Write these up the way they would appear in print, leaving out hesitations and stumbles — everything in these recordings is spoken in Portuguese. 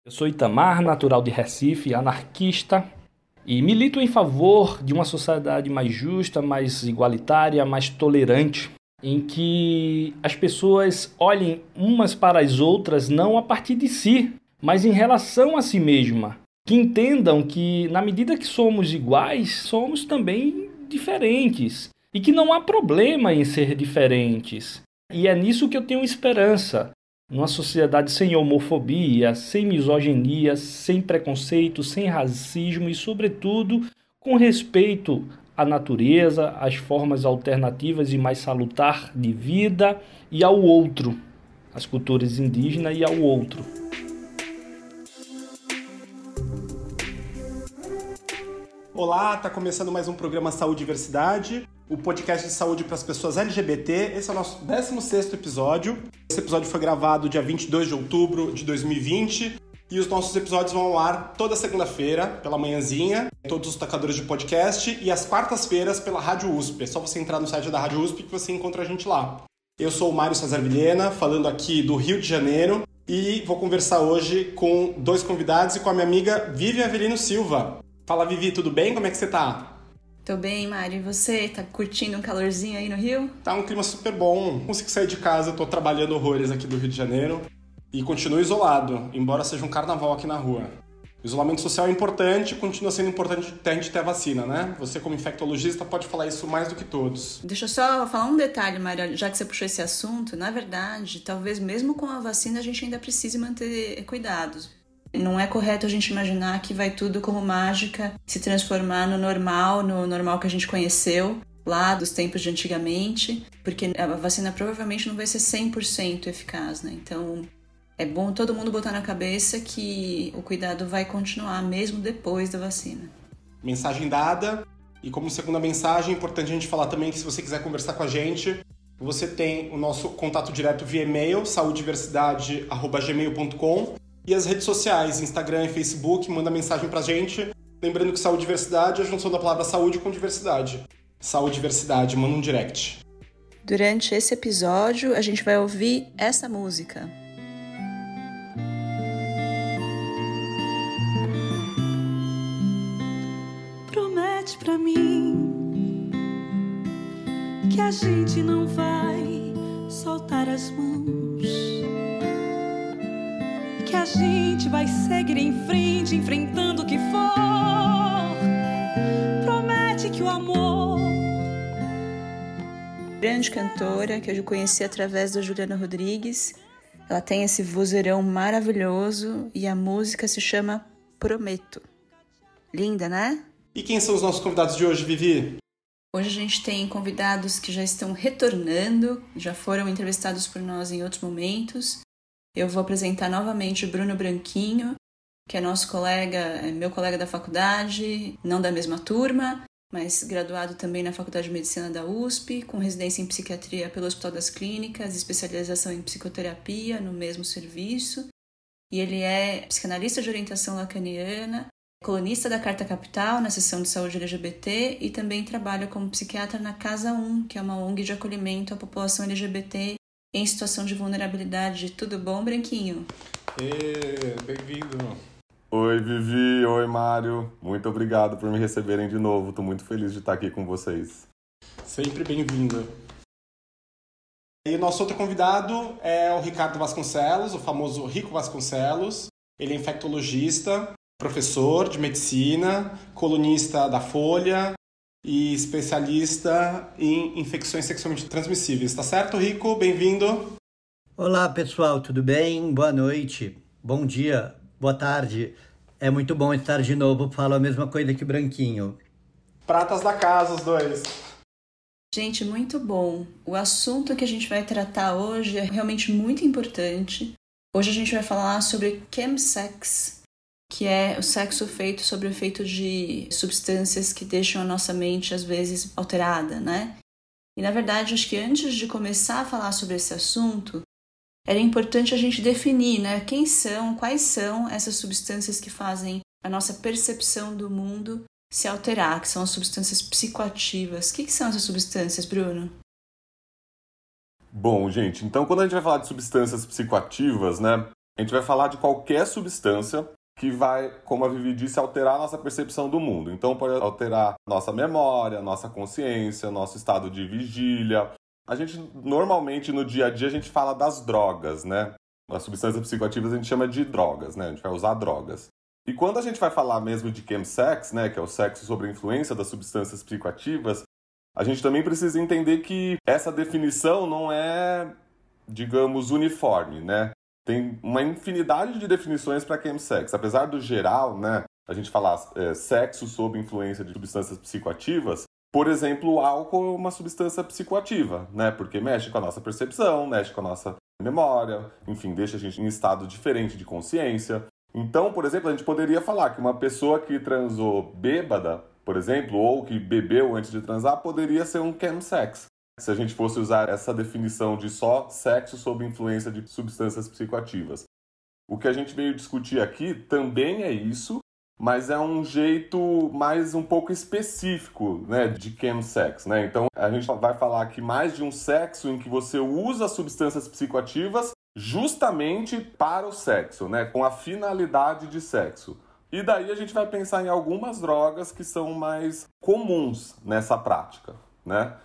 Eu sou Itamar, natural de Recife, anarquista, e milito em favor de uma sociedade mais justa, mais igualitária, mais tolerante, em que as pessoas olhem umas para as outras não a partir de si, mas em relação a si mesma. Que entendam que, na medida que somos iguais, somos também diferentes. E que não há problema em ser diferentes. E é nisso que eu tenho esperança. Numa sociedade sem homofobia, sem misoginia, sem preconceito, sem racismo e, sobretudo, com respeito à natureza, às formas alternativas e mais salutar de vida e ao outro, às culturas indígenas e ao outro. Olá, está começando mais um programa Saúde e Diversidade, o podcast de saúde para as pessoas LGBT. Esse é o nosso 16º episódio. Esse episódio foi gravado dia 22 de outubro de 2020 e os nossos episódios vão ao ar toda segunda-feira, pela manhãzinha, em todos os tocadores de podcast, e às quartas-feiras pela Rádio USP. É só você entrar no site da Rádio USP que você encontra a gente lá. Eu sou o Mário Cesar Vilhena, falando aqui do Rio de Janeiro, e vou conversar hoje com dois convidados e com a minha amiga Vivian Avelino Silva. Fala, Vivi, tudo bem? Como é que você tá? Tô bem, Mário. E você? Tá curtindo um calorzinho aí no Rio? Tá um clima super bom. Não consigo sair de casa, tô trabalhando horrores aqui do Rio de Janeiro. E continuo isolado, embora seja um carnaval aqui na rua. O isolamento social é importante, continua sendo importante até a gente ter a vacina, né? Você, como infectologista, pode falar isso mais do que todos. Deixa eu só falar um detalhe, Mário, já que você puxou esse assunto. Na verdade, talvez mesmo com a vacina a gente ainda precise manter cuidados. Não é correto a gente imaginar que vai tudo como mágica se transformar no normal que a gente conheceu lá dos tempos de antigamente, porque a vacina provavelmente não vai ser 100% eficaz, né? Então, é bom todo mundo botar na cabeça que o cuidado vai continuar mesmo depois da vacina. Mensagem dada. E como segunda mensagem, é importante a gente falar também que se você quiser conversar com a gente, você tem o nosso contato direto via e-mail, saudiversidade@gmail.com. E as redes sociais, Instagram e Facebook, manda mensagem pra gente. Lembrando que saúde e diversidade é a junção da palavra saúde com diversidade. Saúde e diversidade, manda um direct. Durante esse episódio, a gente vai ouvir essa música. Promete pra mim que a gente não vai soltar as mãos, que a gente vai seguir em frente, enfrentando o que for. Promete que o amor... Grande cantora, que eu conheci através da Juliana Rodrigues. Ela tem esse vozeirão maravilhoso e a música se chama Prometo. Linda, né? E quem são os nossos convidados de hoje, Vivi? Hoje a gente tem convidados que já estão retornando, já foram entrevistados por nós em outros momentos. Eu vou apresentar novamente o Bruno Branquinho, que é meu colega da faculdade, não da mesma turma, mas graduado também na Faculdade de Medicina da USP, com residência em psiquiatria pelo Hospital das Clínicas, especialização em psicoterapia no mesmo serviço. E ele é psicanalista de orientação lacaniana, colunista da Carta Capital na seção de saúde LGBT e também trabalha como psiquiatra na Casa 1, que é uma ONG de acolhimento à população LGBT em situação de vulnerabilidade. Tudo bom, Branquinho? Bem-vindo. Oi, Vivi. Oi, Mário. Muito obrigado por me receberem de novo. Estou muito feliz de estar aqui com vocês. Sempre bem-vindo. E o nosso outro convidado é o Ricardo Vasconcelos, o famoso Rico Vasconcelos. Ele é infectologista, professor de medicina, colunista da Folha e especialista em infecções sexualmente transmissíveis. Tá certo, Rico? Bem-vindo. Olá, pessoal, tudo bem? Boa noite, bom dia, boa tarde. É muito bom estar de novo, falo a mesma coisa que o Branquinho. Pratas da casa, os dois. Gente, muito bom. O assunto que a gente vai tratar hoje é realmente muito importante. Hoje a gente vai falar sobre chemsex, que é o sexo feito sob o efeito de substâncias que deixam a nossa mente, às vezes, alterada, né? E, na verdade, acho que antes de começar a falar sobre esse assunto, era importante a gente definir, né, quais são essas substâncias que fazem a nossa percepção do mundo se alterar, que são as substâncias psicoativas. O que são essas substâncias, Bruno? Bom, gente, então quando a gente vai falar de substâncias psicoativas, né, A gente vai falar de qualquer substância que vai, como a Vivi disse, alterar a nossa percepção do mundo. Então, pode alterar nossa memória, nossa consciência, nosso estado de vigília. A gente, normalmente, no dia a dia, a gente fala das drogas, né? As substâncias psicoativas a gente chama de drogas, né? A gente vai usar drogas. E quando a gente vai falar mesmo de chemsex, né, que é o sexo sob a influência das substâncias psicoativas, a gente também precisa entender que essa definição não é, digamos, uniforme, né? Tem uma infinidade de definições para chemsex. Apesar do geral, né, a gente falar sexo sob influência de substâncias psicoativas, por exemplo, o álcool é uma substância psicoativa, né? Porque mexe com a nossa percepção, mexe com a nossa memória, enfim, deixa a gente em estado diferente de consciência. Então, por exemplo, a gente poderia falar que uma pessoa que transou bêbada, por exemplo, ou que bebeu antes de transar, poderia ser um chemsex. Se a gente fosse usar essa definição de só sexo sob influência de substâncias psicoativas. O que a gente veio discutir aqui também é isso, mas é um jeito mais um pouco específico, né, de chemsex, né? Então, a gente vai falar aqui mais de um sexo em que você usa substâncias psicoativas justamente para o sexo, né, com a finalidade de sexo. E daí a gente vai pensar em algumas drogas que são mais comuns nessa prática, né?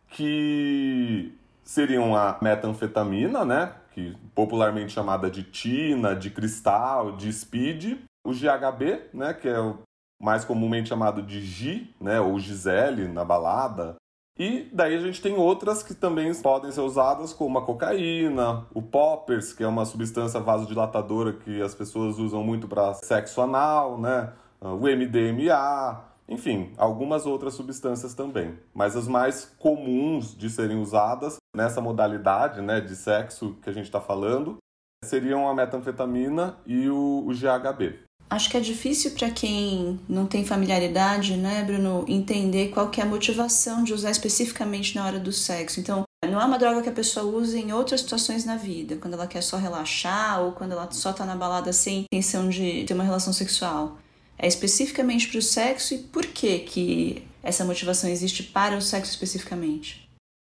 Que seriam a metanfetamina, né, que popularmente chamada de tina, de cristal, de speed, o GHB, né, que é o mais comumente chamado de G, né, ou Gisele na balada. E daí a gente tem outras que também podem ser usadas, como a cocaína, o poppers, que é uma substância vasodilatadora que as pessoas usam muito para sexo anal, né, o MDMA, enfim, algumas outras substâncias também. Mas as mais comuns de serem usadas nessa modalidade, né, de sexo que a gente está falando seriam a metanfetamina e o GHB. Acho que é difícil para quem não tem familiaridade, né, Bruno, entender qual que é a motivação de usar especificamente na hora do sexo. Então, não é uma droga que a pessoa usa em outras situações na vida, quando ela quer só relaxar ou quando ela só está na balada sem intenção de ter uma relação sexual. É especificamente para o sexo. E por que essa motivação existe para o sexo especificamente?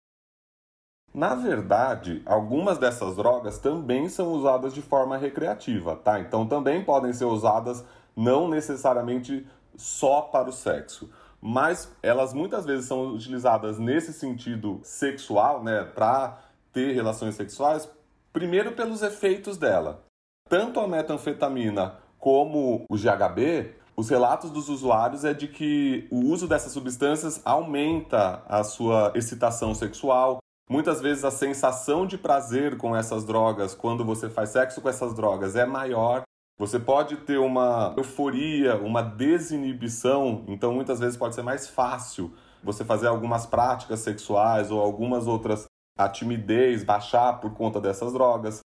Na verdade, algumas dessas drogas também são usadas de forma recreativa, tá? Então também podem ser usadas não necessariamente só para o sexo, mas elas muitas vezes são utilizadas nesse sentido sexual, né, para ter relações sexuais, primeiro pelos efeitos dela. Tanto a metanfetamina como o GHB, os relatos dos usuários é de que o uso dessas substâncias aumenta a sua excitação sexual. Muitas vezes a sensação de prazer com essas drogas, quando você faz sexo com essas drogas, é maior. Você pode ter uma euforia, uma desinibição, então muitas vezes pode ser mais fácil você fazer algumas práticas sexuais ou algumas outras, a timidez baixar por conta dessas drogas.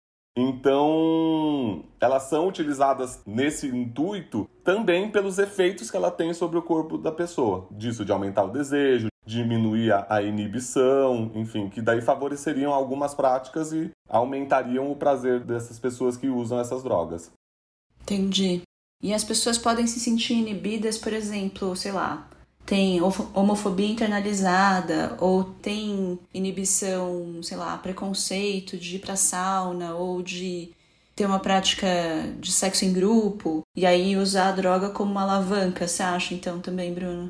Então, elas são utilizadas nesse intuito também pelos efeitos que ela tem sobre o corpo da pessoa. Disso de aumentar o desejo, diminuir a inibição, enfim, que daí favoreceriam algumas práticas e aumentariam o prazer dessas pessoas que usam essas drogas. Entendi. E as pessoas podem se sentir inibidas, por exemplo, sei lá, tem homofobia internalizada, ou tem inibição, sei lá, preconceito de ir pra sauna, ou de ter uma prática de sexo em grupo, e aí usar a droga como uma alavanca, você acha então também, Bruno?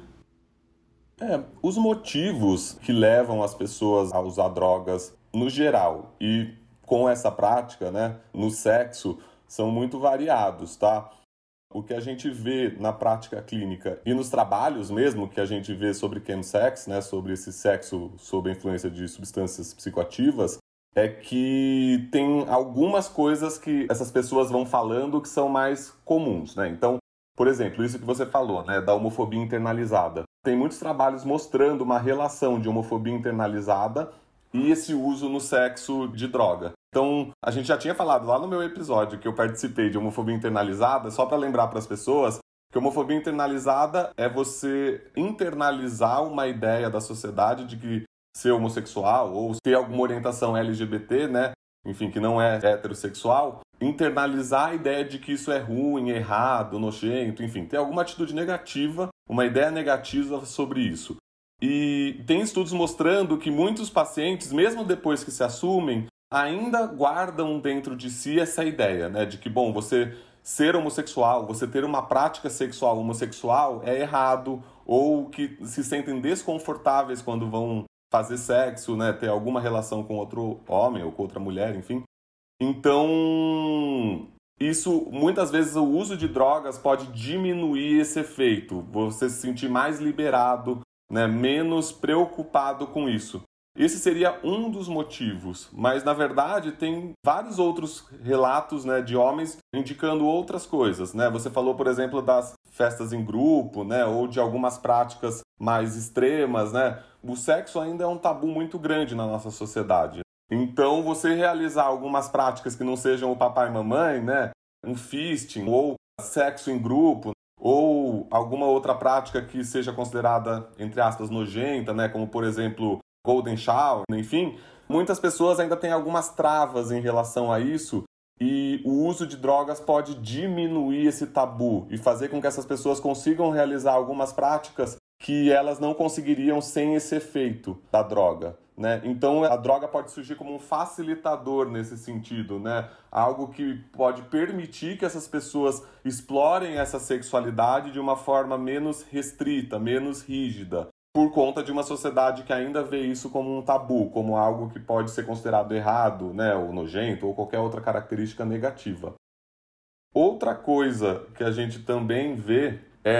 Os motivos que levam as pessoas a usar drogas no geral e com essa prática, né, no sexo, são muito variados, tá? O que a gente vê na prática clínica e nos trabalhos mesmo que a gente vê sobre chemsex, né, sobre esse sexo sob a influência de substâncias psicoativas, é que tem algumas coisas que essas pessoas vão falando que são mais comuns, né? Então, por exemplo, isso que você falou, né, da homofobia internalizada. Tem muitos trabalhos mostrando uma relação de homofobia internalizada e esse uso no sexo de droga. Então, a gente já tinha falado lá no meu episódio que eu participei de homofobia internalizada, só para lembrar para as pessoas que homofobia internalizada é você internalizar uma ideia da sociedade de que ser homossexual ou ter alguma orientação LGBT, né, enfim, que não é heterossexual, internalizar a ideia de que isso é ruim, errado, nojento, enfim, ter alguma atitude negativa, uma ideia negativa sobre isso. E tem estudos mostrando que muitos pacientes, mesmo depois que se assumem, ainda guardam dentro de si essa ideia, né, de que, bom, você ser homossexual, você ter uma prática sexual homossexual é errado, ou que se sentem desconfortáveis quando vão fazer sexo, né, ter alguma relação com outro homem ou com outra mulher, enfim. Então, isso, muitas vezes, o uso de drogas pode diminuir esse efeito, você se sentir mais liberado, né, menos preocupado com isso. Esse seria um dos motivos, mas, na verdade, tem vários outros relatos, né, de homens indicando outras coisas, né? Você falou, por exemplo, das festas em grupo, né, ou de algumas práticas mais extremas, né? O sexo ainda é um tabu muito grande na nossa sociedade. Então, você realizar algumas práticas que não sejam o papai e mamãe, né, um fisting, ou sexo em grupo, ou alguma outra prática que seja considerada, entre aspas, nojenta, né, como, por exemplo, golden shower, enfim, muitas pessoas ainda têm algumas travas em relação a isso, e o uso de drogas pode diminuir esse tabu e fazer com que essas pessoas consigam realizar algumas práticas que elas não conseguiriam sem esse efeito da droga, né? Então a droga pode surgir como um facilitador nesse sentido, né? Algo que pode permitir que essas pessoas explorem essa sexualidade de uma forma menos restrita, menos rígida, por conta de uma sociedade que ainda vê isso como um tabu, como algo que pode ser considerado errado, né, ou nojento, ou qualquer outra característica negativa. Outra coisa que a gente também vê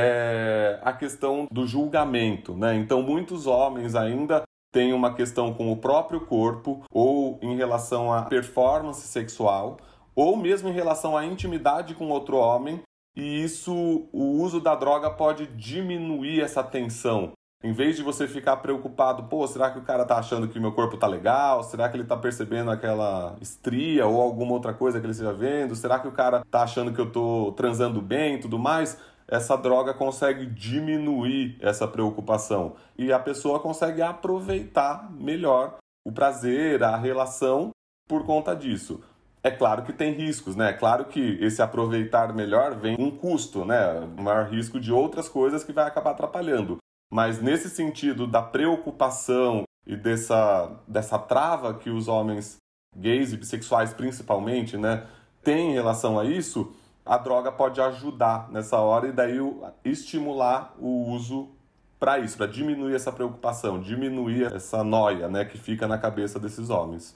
é a questão do julgamento, né? Então, muitos homens ainda têm uma questão com o próprio corpo, ou em relação à performance sexual, ou mesmo em relação à intimidade com outro homem, e isso, o uso da droga pode diminuir essa tensão. Em vez de você ficar preocupado, pô, será que o cara tá achando que meu corpo tá legal? Será que ele tá percebendo aquela estria ou alguma outra coisa que ele esteja vendo? Será que o cara tá achando que eu tô transando bem e tudo mais? Essa droga consegue diminuir essa preocupação e a pessoa consegue aproveitar melhor o prazer, a relação por conta disso. É claro que tem riscos, né? É claro que esse aproveitar melhor vem um custo, né? O maior risco de outras coisas que vai acabar atrapalhando. Mas nesse sentido da preocupação e dessa trava que os homens gays e bissexuais principalmente, né, têm em relação a isso, a droga pode ajudar nessa hora e daí estimular o uso para isso, para diminuir essa preocupação, diminuir essa noia, né, que fica na cabeça desses homens.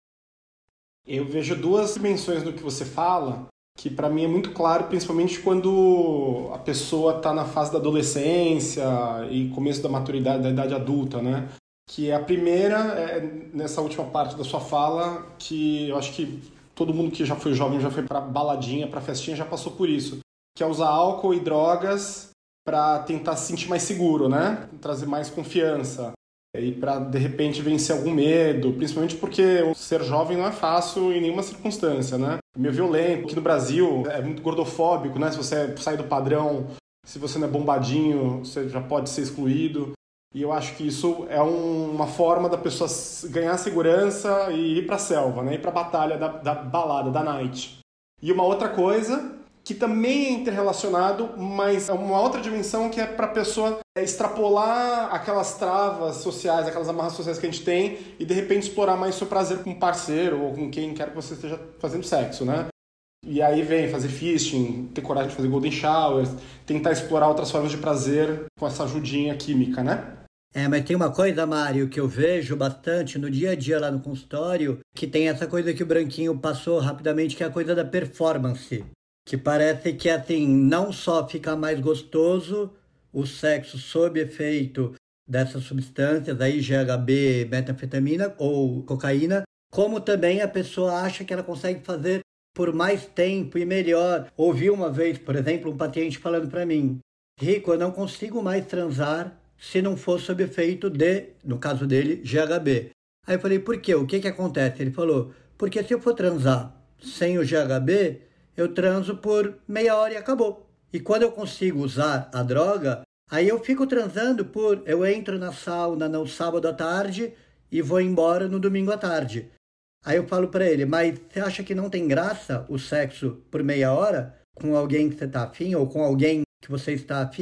Eu vejo duas dimensões do que você fala, que para mim é muito claro, principalmente quando a pessoa está na fase da adolescência e começo da maturidade, da idade adulta, né? Que a primeira é nessa última parte da sua fala, que eu acho que todo mundo que já foi jovem, já foi para baladinha, para festinha, já passou por isso, que é usar álcool e drogas para tentar se sentir mais seguro, né? Trazer mais confiança. E para, de repente, vencer algum medo, principalmente porque ser jovem não é fácil em nenhuma circunstância, né? É meio violento. Aqui no Brasil é muito gordofóbico, né? Se você sai do padrão, se você não é bombadinho, você já pode ser excluído. E eu acho que isso é uma forma da pessoa ganhar segurança e ir para a selva, né? Ir para a batalha da balada, da night. E uma outra coisa que também é interrelacionado, mas é uma outra dimensão que é para a pessoa extrapolar aquelas travas sociais, aquelas amarras sociais que a gente tem e de repente explorar mais seu prazer com um parceiro ou com quem quer que você esteja fazendo sexo, né? E aí vem fazer fisting, ter coragem de fazer golden showers, tentar explorar outras formas de prazer com essa ajudinha química, né? Mas tem uma coisa, Mário, que eu vejo bastante no dia a dia lá no consultório, que tem essa coisa que o Branquinho passou rapidamente, que é a coisa da performance. Que parece que, assim, não só fica mais gostoso o sexo sob efeito dessas substâncias, aí GHB, metanfetamina ou cocaína, como também a pessoa acha que ela consegue fazer por mais tempo e melhor. Ouvi uma vez, por exemplo, um paciente falando para mim, Rico, eu não consigo mais transar se não for sob efeito de, no caso dele, GHB. Aí eu falei, por quê? O que acontece? Ele falou, porque se eu for transar sem o GHB, eu transo por meia hora e acabou. E quando eu consigo usar a droga, aí eu fico transando eu entro na sauna no sábado à tarde e vou embora no domingo à tarde. Aí eu falo para ele, mas você acha que não tem graça o sexo por meia hora com alguém que você está afim ou com alguém que você está afim?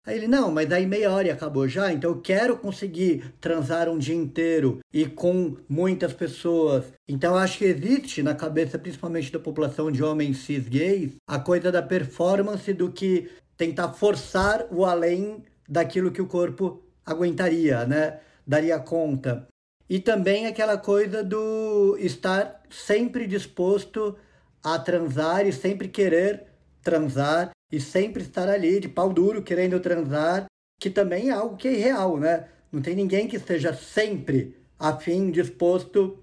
Aí ele, não, mas aí meia hora e acabou já, então eu quero conseguir transar um dia inteiro e com muitas pessoas. Então eu acho que existe na cabeça, principalmente da população de homens cis gays, a coisa da performance do que tentar forçar o além daquilo que o corpo aguentaria, né? Daria conta. E também aquela coisa do estar sempre disposto a transar e sempre querer transar e sempre estar ali de pau duro querendo transar, que também é algo que é irreal, né? Não tem ninguém que esteja sempre afim, disposto,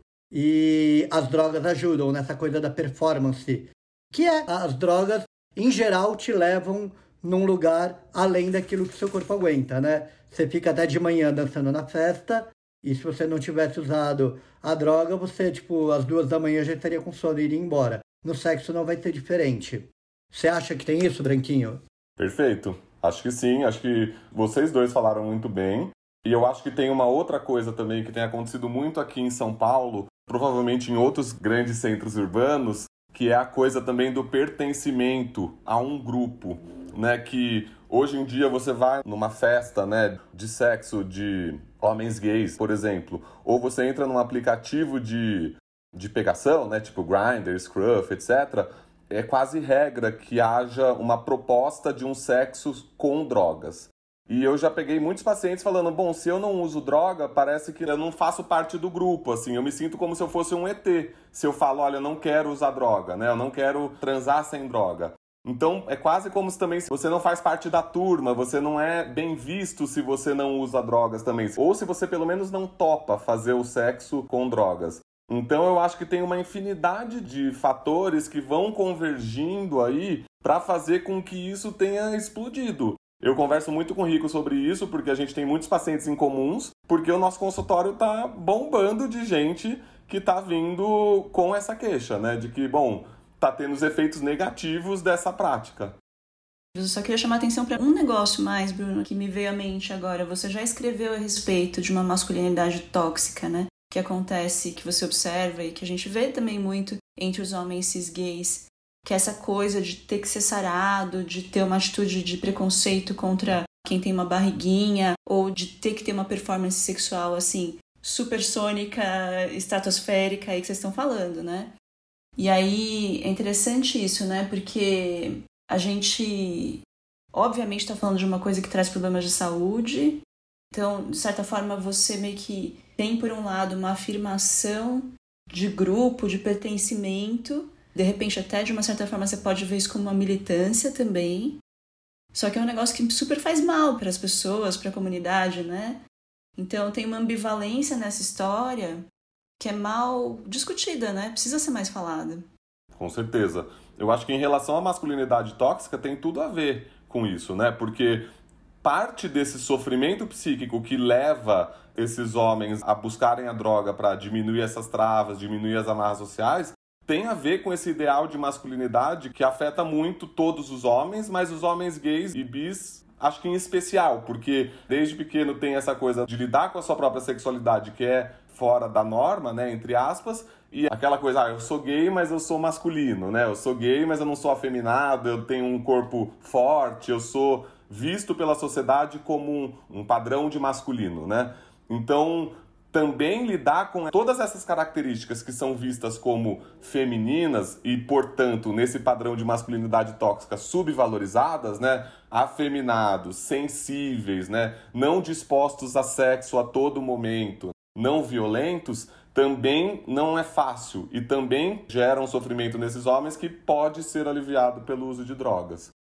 e as drogas ajudam nessa coisa da performance, que é, as drogas em geral te levam num lugar além daquilo que seu corpo aguenta, né? Você fica até de manhã dançando na festa, e se você não tivesse usado a droga, você, às 2 da manhã já estaria com sono e iria embora. No sexo não vai ser diferente. Você acha que tem isso, Branquinho? Perfeito. Acho que sim. Acho que vocês dois falaram muito bem. E eu acho que tem uma outra coisa também que tem acontecido muito aqui em São Paulo, provavelmente em outros grandes centros urbanos, que é a coisa também do pertencimento a um grupo, né? Que hoje em dia você vai numa festa, né, de sexo de homens gays, por exemplo, ou você entra num aplicativo de pegação, né, tipo Grindr, Scruff, etc., é quase regra que haja uma proposta de um sexo com drogas. E eu já peguei muitos pacientes falando, bom, se eu não uso droga, parece que eu não faço parte do grupo, assim, eu me sinto como se eu fosse um ET. Se eu falo, olha, eu não quero usar droga, né, eu não quero transar sem droga. Então, é quase como se também você não faz parte da turma, você não é bem visto se você não usa drogas também. Ou se você pelo menos não topa fazer o sexo com drogas. Então, eu acho que tem uma infinidade de fatores que vão convergindo aí para fazer com que isso tenha explodido. Eu converso muito com o Rico sobre isso, porque a gente tem muitos pacientes em comuns, porque o nosso consultório tá bombando de gente que tá vindo com essa queixa, né? De que, bom, tá tendo os efeitos negativos dessa prática. Eu só queria chamar a atenção para um negócio mais, Bruno, que me veio à mente agora. Você já escreveu a respeito de uma masculinidade tóxica, né? Que acontece, que você observa e que a gente vê também muito entre os homens cis gays, que é essa coisa de ter que ser sarado, de ter uma atitude de preconceito contra quem tem uma barriguinha, ou de ter que ter uma performance sexual, assim, supersônica, estratosférica, aí que vocês estão falando, né? E aí é interessante isso, né? Porque a gente, obviamente, está falando de uma coisa que traz problemas de saúde. Então, de certa forma, você meio que tem, por um lado, uma afirmação de grupo, de pertencimento. De repente, até de uma certa forma, você pode ver isso como uma militância também. Só que é um negócio que super faz mal para as pessoas, para a comunidade, né? Então, tem uma ambivalência nessa história que é mal discutida, né? Precisa ser mais falada. Com certeza. Eu acho que em relação à masculinidade tóxica tem tudo a ver com isso, né? Porque parte desse sofrimento psíquico que leva esses homens a buscarem a droga para diminuir essas travas, diminuir as amarras sociais, tem a ver com esse ideal de masculinidade que afeta muito todos os homens, mas os homens gays e bis, acho que em especial, porque desde pequeno tem essa coisa de lidar com a sua própria sexualidade, que é fora da norma, né, entre aspas, e aquela coisa, eu sou gay, mas eu sou masculino, né, eu sou gay, mas eu não sou afeminado, eu tenho um corpo forte, eu sou visto pela sociedade como um padrão de masculino, né, então também lidar com todas essas características que são vistas como femininas e, portanto, nesse padrão de masculinidade tóxica subvalorizadas, né? Afeminados, sensíveis, né? Não dispostos a sexo a todo momento, não violentos, também não é fácil e também gera um sofrimento nesses homens que pode ser aliviado pelo uso de drogas.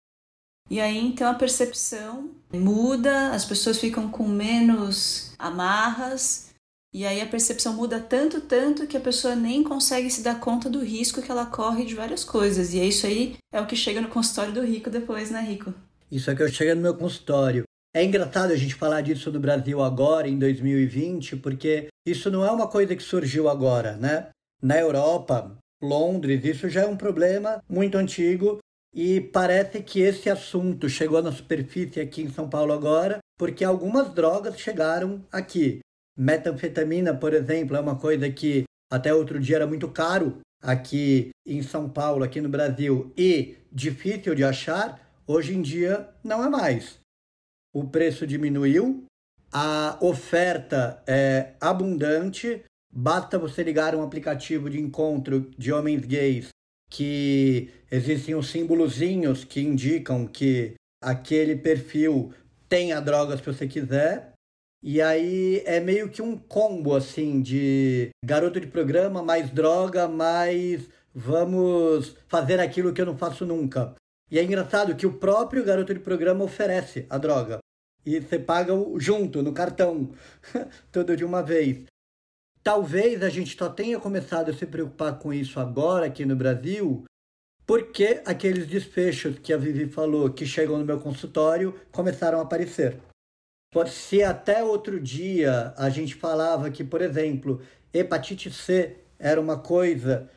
E aí, então, a percepção muda, as pessoas ficam com menos amarras. E aí a percepção muda tanto que a pessoa nem consegue se dar conta do risco que ela corre de várias coisas. E isso aí é o que chega no consultório do Rico depois, né, Rico? Isso é que eu chego no meu consultório. É engraçado a gente falar disso no Brasil agora, em 2020, porque isso não é uma coisa que surgiu agora, né? Na Europa, Londres, isso já é um problema muito antigo e parece que esse assunto chegou na superfície aqui em São Paulo agora, porque algumas drogas chegaram aqui. Metanfetamina, por exemplo, é uma coisa que até outro dia era muito caro aqui em São Paulo, aqui no Brasil, e difícil de achar, hoje em dia não é mais. o preço diminuiu, a oferta é abundante, basta você ligar um aplicativo de encontro de homens gays que existem os símbolozinhos que indicam que aquele perfil tem a droga se você quiser. E aí é meio que um combo assim de garoto de programa, mais droga, mais vamos fazer aquilo que eu não faço nunca. E é engraçado que o próprio garoto de programa oferece a droga. E você paga junto, no cartão, tudo de uma vez. Talvez a gente só tenha começado a se preocupar com isso agora aqui no Brasil, porque aqueles desfechos que a Vivi falou que chegam no meu consultório começaram a aparecer. Se até outro dia a gente falava que, por exemplo, hepatite C era uma coisa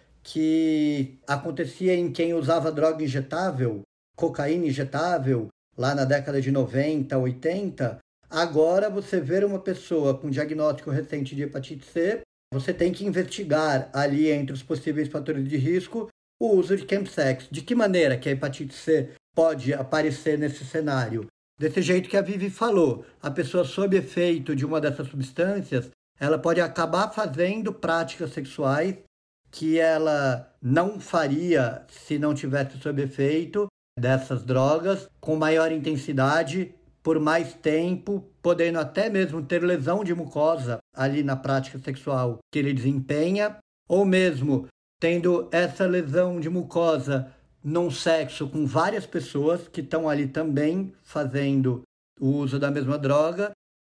que acontecia em quem usava droga injetável, cocaína injetável, lá na década de 90, 80, agora você vê uma pessoa com diagnóstico recente de hepatite C, você tem que investigar ali entre os possíveis fatores de risco o uso de chemsex. De que maneira que a hepatite C pode aparecer nesse cenário? Desse jeito que a Vivi falou, a pessoa sob efeito de uma dessas substâncias, ela pode acabar fazendo práticas sexuais que ela não faria se não tivesse sob efeito dessas drogas, com maior intensidade, por mais tempo, podendo até mesmo ter lesão de mucosa ali na prática sexual que ele desempenha, ou mesmo tendo essa lesão de mucosa num sexo com várias pessoas que estão ali também fazendo o uso da mesma droga.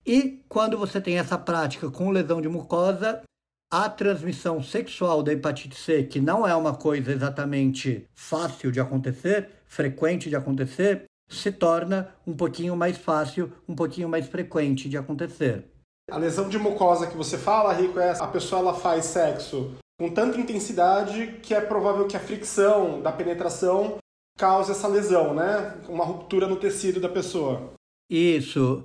E quando você tem essa prática com lesão de mucosa, a transmissão sexual da hepatite C, que não é uma coisa exatamente fácil de acontecer, frequente de acontecer, se torna um pouquinho mais fácil, um pouquinho mais frequente de acontecer. A lesão de mucosa que você fala, Rico, é a pessoa ela faz sexo com tanta intensidade que é provável que a fricção da penetração cause essa lesão, né? Uma ruptura no tecido da pessoa. Isso.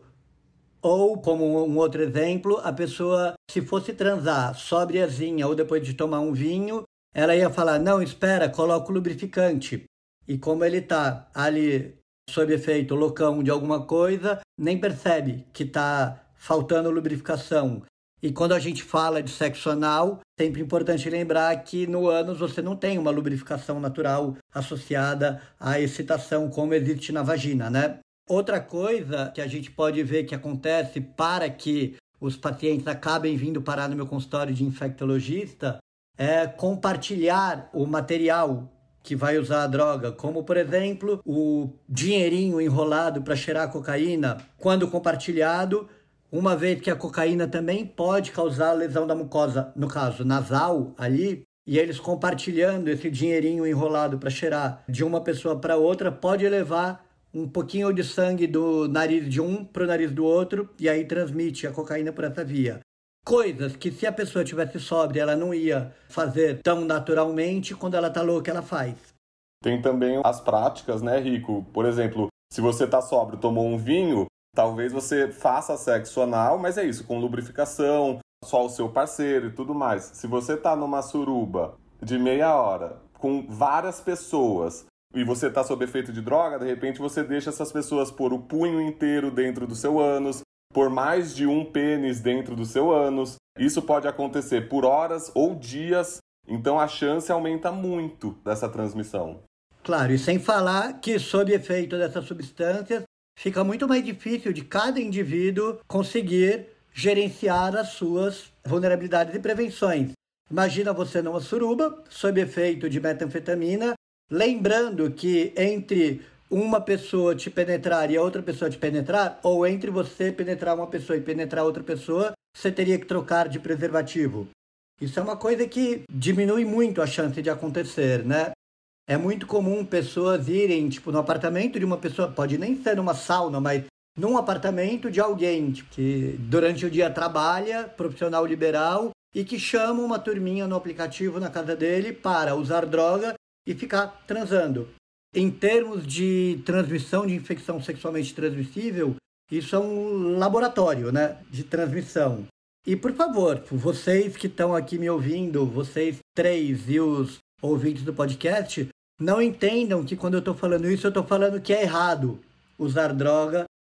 Ou, como um outro exemplo, a pessoa, se fosse transar sóbriazinha ou depois de tomar um vinho, ela ia falar, não, espera, coloca o lubrificante. E como ele está ali sob efeito loucão de alguma coisa, nem percebe que está faltando lubrificação. E quando a gente fala de sexo anal, sempre importante lembrar que no ânus você não tem uma lubrificação natural associada à excitação como existe na vagina, né? Outra coisa que a gente pode ver que acontece para que os pacientes acabem vindo parar no meu consultório de infectologista é compartilhar o material que vai usar a droga, como, por exemplo, o dinheirinho enrolado para cheirar cocaína, quando compartilhado, uma vez que a cocaína também pode causar lesão da mucosa, no caso nasal ali, e eles compartilhando esse dinheirinho enrolado para cheirar de uma pessoa para outra, pode levar um pouquinho de sangue do nariz de um para o nariz do outro, e aí transmite a cocaína por essa via. Coisas que se a pessoa tivesse sóbria, ela não ia fazer tão naturalmente, quando ela tá louca, ela faz. Tem também as práticas, né, Rico? Por exemplo, se você tá sóbrio, tomou um vinho, talvez você faça sexo anal, mas é isso, com lubrificação, só o seu parceiro e tudo mais. Se você tá numa suruba de meia hora, com várias pessoas, e você tá sob efeito de droga, de repente você deixa essas pessoas pôr o punho inteiro dentro do seu ânus, por mais de um pênis dentro do seu ânus. Isso pode acontecer por horas ou dias, então a chance aumenta muito dessa transmissão. Claro, e sem falar que sob efeito dessas substâncias, fica muito mais difícil de cada indivíduo conseguir gerenciar as suas vulnerabilidades e prevenções. Imagina você numa suruba, sob efeito de metanfetamina, lembrando que entre uma pessoa te penetrar e a outra pessoa te penetrar, ou entre você penetrar uma pessoa e penetrar outra pessoa, você teria que trocar de preservativo. Isso é uma coisa que diminui muito a chance de acontecer, né? É muito comum pessoas irem, no apartamento de uma pessoa, pode nem ser numa sauna, mas num apartamento de alguém que durante o dia trabalha, profissional liberal, e que chama uma turminha no aplicativo na casa dele para usar droga e ficar transando. Em termos de transmissão de infecção sexualmente transmissível, isso é um laboratório, né, de transmissão. E, por favor, vocês que estão aqui me ouvindo, vocês três e os ouvintes do podcast, não entendam que quando eu estou falando isso, eu estou falando que é errado usar droga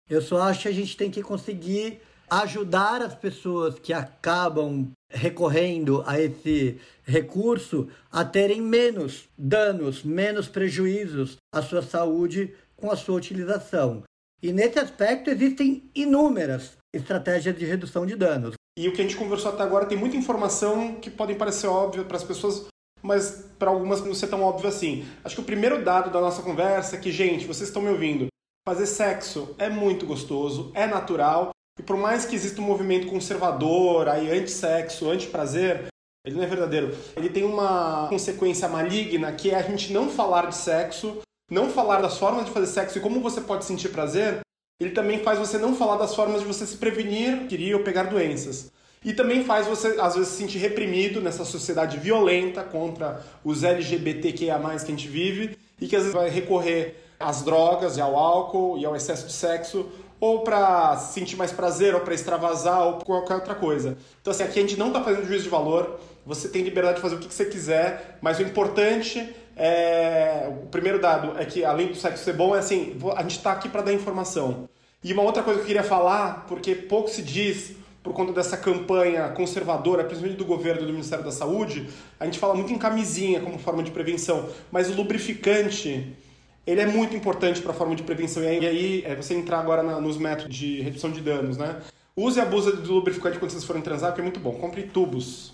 Eu só acho que a gente tem que conseguir ajudar as pessoas que acabam recorrendo a esse recurso a terem menos danos, menos prejuízos à sua saúde com a sua utilização. E nesse aspecto existem inúmeras estratégias de redução de danos. E o que a gente conversou até agora tem muita informação que podem parecer óbvia para as pessoas, mas para algumas não ser tão óbvio assim. Acho que o primeiro dado da nossa conversa é que, gente, vocês estão me ouvindo, fazer sexo é muito gostoso, é natural, e por mais que exista um movimento conservador, aí anti-sexo, anti-prazer, ele não é verdadeiro. Ele tem uma consequência maligna que é a gente não falar de sexo, não falar das formas de fazer sexo e como você pode sentir prazer. Ele também faz você não falar das formas de você se prevenir, adquirir ou pegar doenças. E também faz você, às vezes, se sentir reprimido nessa sociedade violenta contra os LGBTQIA+, que a gente vive, e que às vezes vai recorrer às drogas e ao álcool e ao excesso de sexo, ou para sentir mais prazer, ou para extravasar, ou qualquer outra coisa. Então, assim, aqui a gente não está fazendo juízo de valor, você tem liberdade de fazer o que você quiser, mas o importante o primeiro dado é que, além do sexo ser bom, é assim, a gente está aqui para dar informação. E uma outra coisa que eu queria falar, porque pouco se diz por conta dessa campanha conservadora, principalmente do governo e do Ministério da Saúde, a gente fala muito em camisinha como forma de prevenção, mas o lubrificante, ele é muito importante para a forma de prevenção. E aí você entrar agora nos métodos de redução de danos, né? Use e abuse do lubrificante quando vocês forem transar, porque é muito bom. Compre tubos.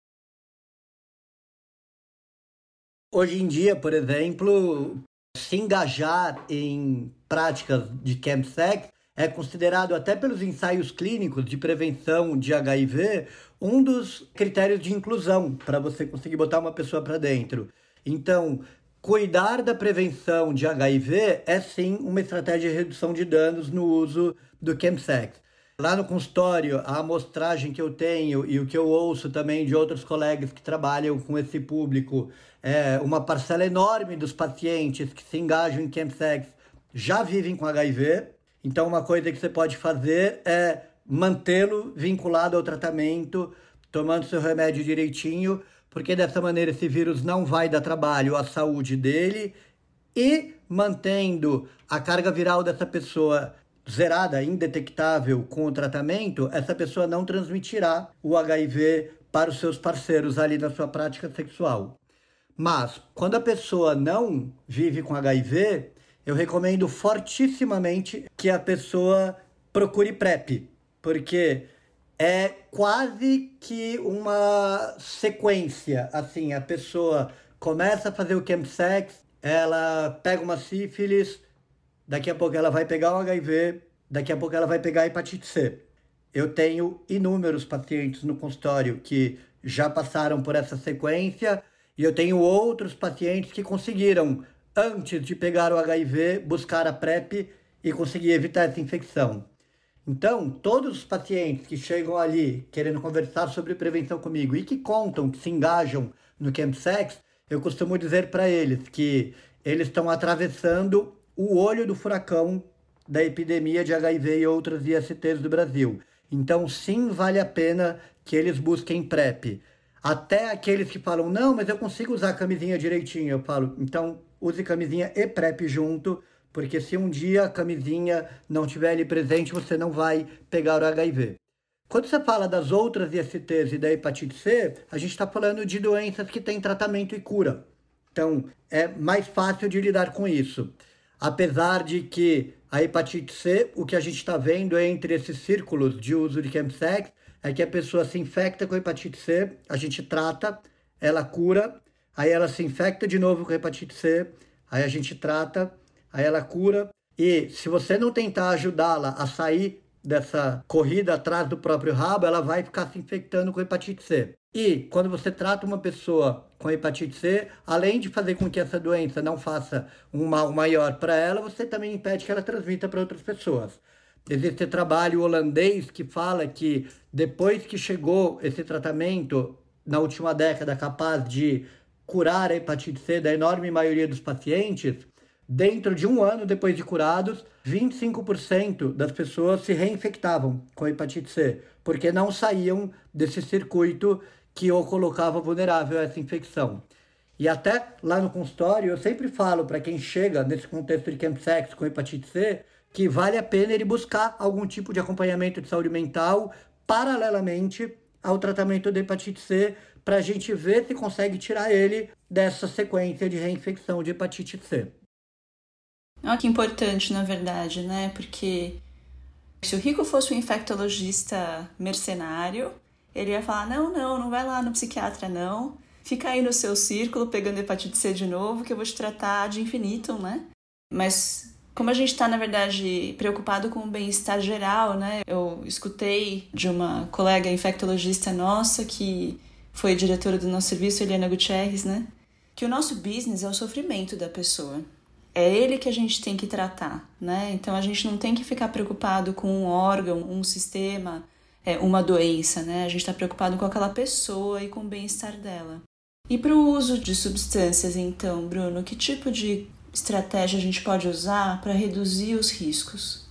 Hoje em dia, por exemplo, se engajar em práticas de chemsex é considerado, até pelos ensaios clínicos de prevenção de HIV, um dos critérios de inclusão para você conseguir botar uma pessoa para dentro. Então, cuidar da prevenção de HIV é sim uma estratégia de redução de danos no uso do chemsex. Lá no consultório, a amostragem que eu tenho e o que eu ouço também de outros colegas que trabalham com esse público, uma parcela enorme dos pacientes que se engajam em chemsex já vivem com HIV. Então, uma coisa que você pode fazer é mantê-lo vinculado ao tratamento, tomando seu remédio direitinho, porque dessa maneira esse vírus não vai dar trabalho à saúde dele, e mantendo a carga viral dessa pessoa zerada, indetectável com o tratamento, essa pessoa não transmitirá o HIV para os seus parceiros ali na sua prática sexual. Mas, quando a pessoa não vive com HIV, eu recomendo fortissimamente que a pessoa procure PrEP, porque é quase que uma sequência. Assim, a pessoa começa a fazer o chemsex, ela pega uma sífilis, daqui a pouco ela vai pegar o HIV, daqui a pouco ela vai pegar a hepatite C. Eu tenho inúmeros pacientes no consultório que já passaram por essa sequência, e eu tenho outros pacientes que conseguiram, antes de pegar o HIV, buscar a PrEP e conseguir evitar essa infecção. Então, todos os pacientes que chegam ali querendo conversar sobre prevenção comigo e que contam, que se engajam no chemsex, eu costumo dizer para eles que eles estão atravessando o olho do furacão da epidemia de HIV e outras ISTs do Brasil. Então, sim, vale a pena que eles busquem PrEP. Até aqueles que falam, não, mas eu consigo usar a camisinha direitinho. Eu falo, então, use camisinha e PrEP junto, porque se um dia a camisinha não estiver ali presente, você não vai pegar o HIV. Quando você fala das outras ISTs e da hepatite C, a gente está falando de doenças que têm tratamento e cura. Então, é mais fácil de lidar com isso. Apesar de que a hepatite C, o que a gente está vendo entre esses círculos de uso de chemsex, é que a pessoa se infecta com hepatite C, a gente trata, ela cura, aí ela se infecta de novo com hepatite C, aí a gente trata, aí ela cura. E se você não tentar ajudá-la a sair dessa corrida atrás do próprio rabo, ela vai ficar se infectando com hepatite C. E quando você trata uma pessoa com hepatite C, além de fazer com que essa doença não faça um mal maior para ela, você também impede que ela transmita para outras pessoas. Existe trabalho holandês que fala que depois que chegou esse tratamento, na última década, capaz de curar a hepatite C da enorme maioria dos pacientes, dentro de um ano depois de curados, 25% das pessoas se reinfectavam com a hepatite C, porque não saíam desse circuito que o colocava vulnerável a essa infecção. E até lá no consultório, eu sempre falo para quem chega nesse contexto de chemsex com hepatite C, que vale a pena ele buscar algum tipo de acompanhamento de saúde mental paralelamente ao tratamento da hepatite C, para a gente ver se consegue tirar ele dessa sequência de reinfecção de hepatite C. Olha que importante, na verdade, né? Porque se o Rico fosse um infectologista mercenário, ele ia falar, não vai lá no psiquiatra, não. Fica aí no seu círculo pegando hepatite C de novo, que eu vou te tratar de infinitum, né? Mas como a gente está, na verdade, preocupado com o bem-estar geral, né? Eu escutei de uma colega infectologista nossa, que foi diretora do nosso serviço, Eliana Gutierrez, né? Que o nosso business é o sofrimento da pessoa. É ele que a gente tem que tratar, né? Então a gente não tem que ficar preocupado com um órgão, um sistema, uma doença, né? A gente está preocupado com aquela pessoa e com o bem-estar dela. E para o uso de substâncias, então, Bruno, que tipo de estratégia a gente pode usar para reduzir os riscos?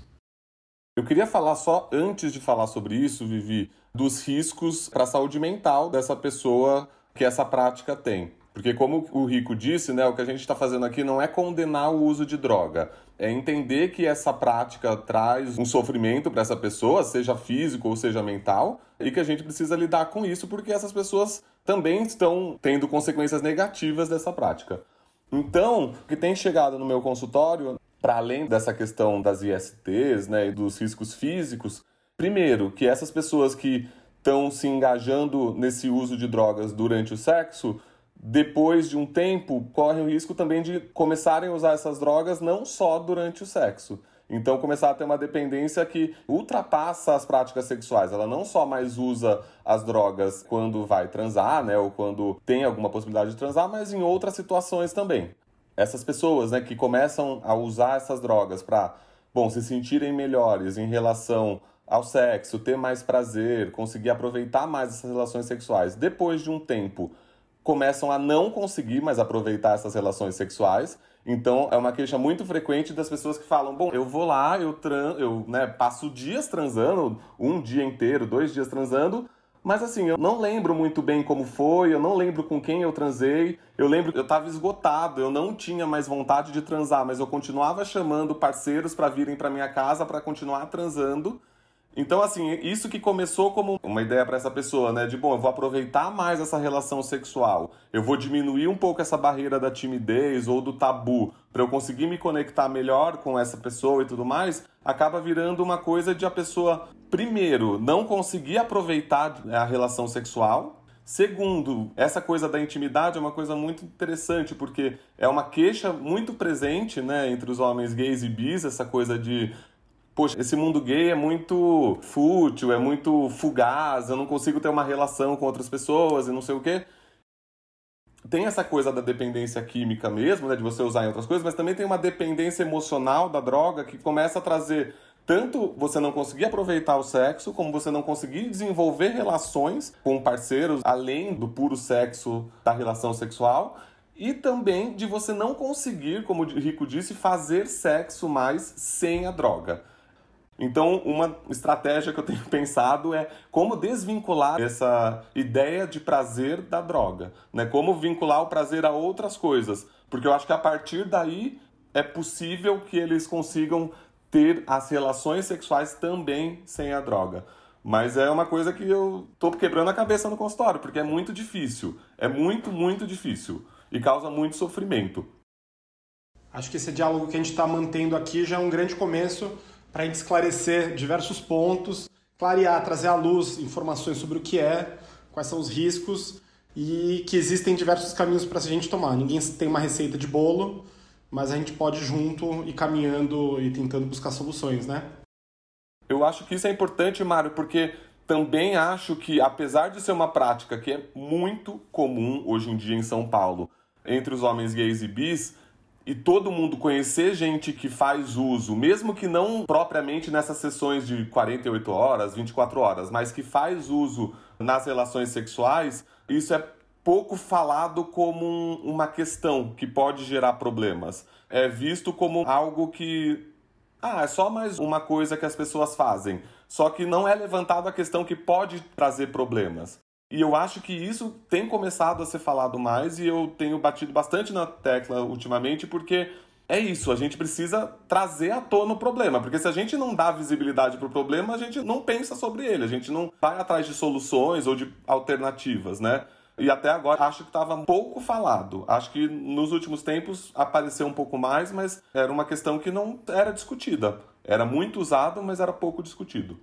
Eu queria falar só, antes de falar sobre isso, Vivi, dos riscos para a saúde mental dessa pessoa que essa prática tem. Porque como o Rico disse, né, o que a gente está fazendo aqui não é condenar o uso de droga, é entender que essa prática traz um sofrimento para essa pessoa, seja físico ou seja mental, e que a gente precisa lidar com isso porque essas pessoas também estão tendo consequências negativas dessa prática. Então, o que tem chegado no meu consultório, para além dessa questão das ISTs, né, e dos riscos físicos, primeiro, que essas pessoas que estão se engajando nesse uso de drogas durante o sexo, depois de um tempo, correm o risco também de começarem a usar essas drogas não só durante o sexo. Então, começar a ter uma dependência que ultrapassa as práticas sexuais. Ela não só mais usa as drogas quando vai transar, né, ou quando tem alguma possibilidade de transar, mas em outras situações também. Essas pessoas, né, que começam a usar essas drogas para, se sentirem melhores em relação ao sexo, ter mais prazer, conseguir aproveitar mais essas relações sexuais, depois de um tempo, começam a não conseguir mais aproveitar essas relações sexuais. Então, é uma queixa muito frequente das pessoas que falam, eu vou lá, eu passo dias transando, um dia inteiro, 2 dias transando, mas assim, eu não lembro muito bem como foi, eu não lembro com quem eu transei, eu lembro que eu estava esgotado, eu não tinha mais vontade de transar, mas eu continuava chamando parceiros para virem para minha casa para continuar transando. Então, assim, isso que começou como uma ideia para essa pessoa, né? De, eu vou aproveitar mais essa relação sexual. Eu vou diminuir um pouco essa barreira da timidez ou do tabu para eu conseguir me conectar melhor com essa pessoa e tudo mais, acaba virando uma coisa de a pessoa, primeiro, não conseguir aproveitar a relação sexual. Segundo, essa coisa da intimidade é uma coisa muito interessante, porque é uma queixa muito presente, né, entre os homens gays e bis, essa coisa de... Poxa, esse mundo gay é muito fútil, é muito fugaz, eu não consigo ter uma relação com outras pessoas e não sei o quê. Tem essa coisa da dependência química mesmo, né, de você usar em outras coisas, mas também tem uma dependência emocional da droga que começa a trazer tanto você não conseguir aproveitar o sexo, como você não conseguir desenvolver relações com parceiros além do puro sexo da relação sexual, e também de você não conseguir, como o Rico disse, fazer sexo mais sem a droga. Então, uma estratégia que eu tenho pensado é como desvincular essa ideia de prazer da droga, né? Como vincular o prazer a outras coisas, porque eu acho que a partir daí é possível que eles consigam ter as relações sexuais também sem a droga. Mas é uma coisa que eu tô quebrando a cabeça no consultório, porque é muito difícil, é muito, muito difícil e causa muito sofrimento. Acho que esse diálogo que a gente está mantendo aqui já é um grande começo para a gente esclarecer diversos pontos, clarear, trazer à luz informações sobre o que é, quais são os riscos e que existem diversos caminhos para a gente tomar. Ninguém tem uma receita de bolo, mas a gente pode ir junto e caminhando e tentando buscar soluções, né? Eu acho que isso é importante, Mário, porque também acho que, apesar de ser uma prática que é muito comum hoje em dia em São Paulo, entre os homens gays e bis, e todo mundo conhecer gente que faz uso, mesmo que não propriamente nessas sessões de 48 horas, 24 horas, mas que faz uso nas relações sexuais, isso é pouco falado como uma questão que pode gerar problemas. É visto como algo que... é só mais uma coisa que as pessoas fazem. Só que não é levantada a questão que pode trazer problemas. E eu acho que isso tem começado a ser falado mais e eu tenho batido bastante na tecla ultimamente porque é isso, a gente precisa trazer à tona o problema, porque se a gente não dá visibilidade para o problema, a gente não pensa sobre ele, a gente não vai atrás de soluções ou de alternativas, né? E até agora acho que estava pouco falado. Acho que nos últimos tempos apareceu um pouco mais, mas era uma questão que não era discutida. Era muito usado, mas era pouco discutido.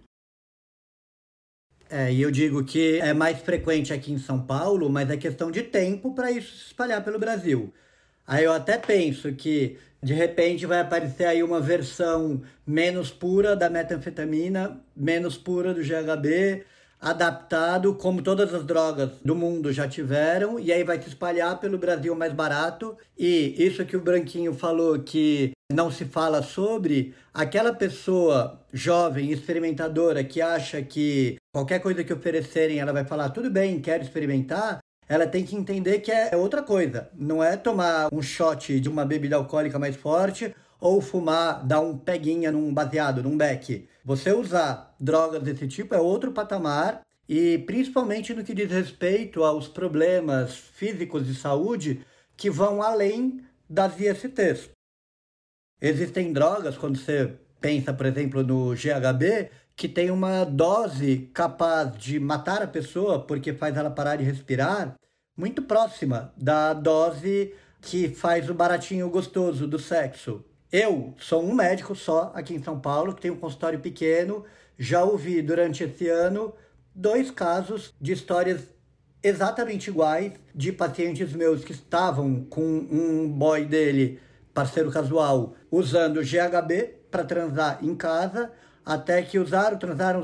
E eu digo que é mais frequente aqui em São Paulo, mas é questão de tempo para isso se espalhar pelo Brasil. Aí eu até penso que, de repente, vai aparecer aí uma versão menos pura da metanfetamina, menos pura do GHB, adaptado, como todas as drogas do mundo já tiveram, e aí vai se espalhar pelo Brasil mais barato. E isso que o Branquinho falou, que não se fala sobre, aquela pessoa jovem, experimentadora, que acha que qualquer coisa que oferecerem, ela vai falar, tudo bem, quero experimentar, ela tem que entender que é outra coisa. Não é tomar um shot de uma bebida alcoólica mais forte ou fumar, dar um peguinha num baseado, num beck. Você usar drogas desse tipo é outro patamar e principalmente no que diz respeito aos problemas físicos de saúde que vão além das ISTs. Existem drogas, quando você pensa, por exemplo, no GHB, que tem uma dose capaz de matar a pessoa porque faz ela parar de respirar, muito próxima da dose que faz o baratinho gostoso do sexo. Eu sou um médico só aqui em São Paulo, que tem um consultório pequeno, já ouvi durante esse ano 2 casos de histórias exatamente iguais de pacientes meus que estavam com um boy dele, parceiro casual, usando GHB para transar em casa, até que transaram,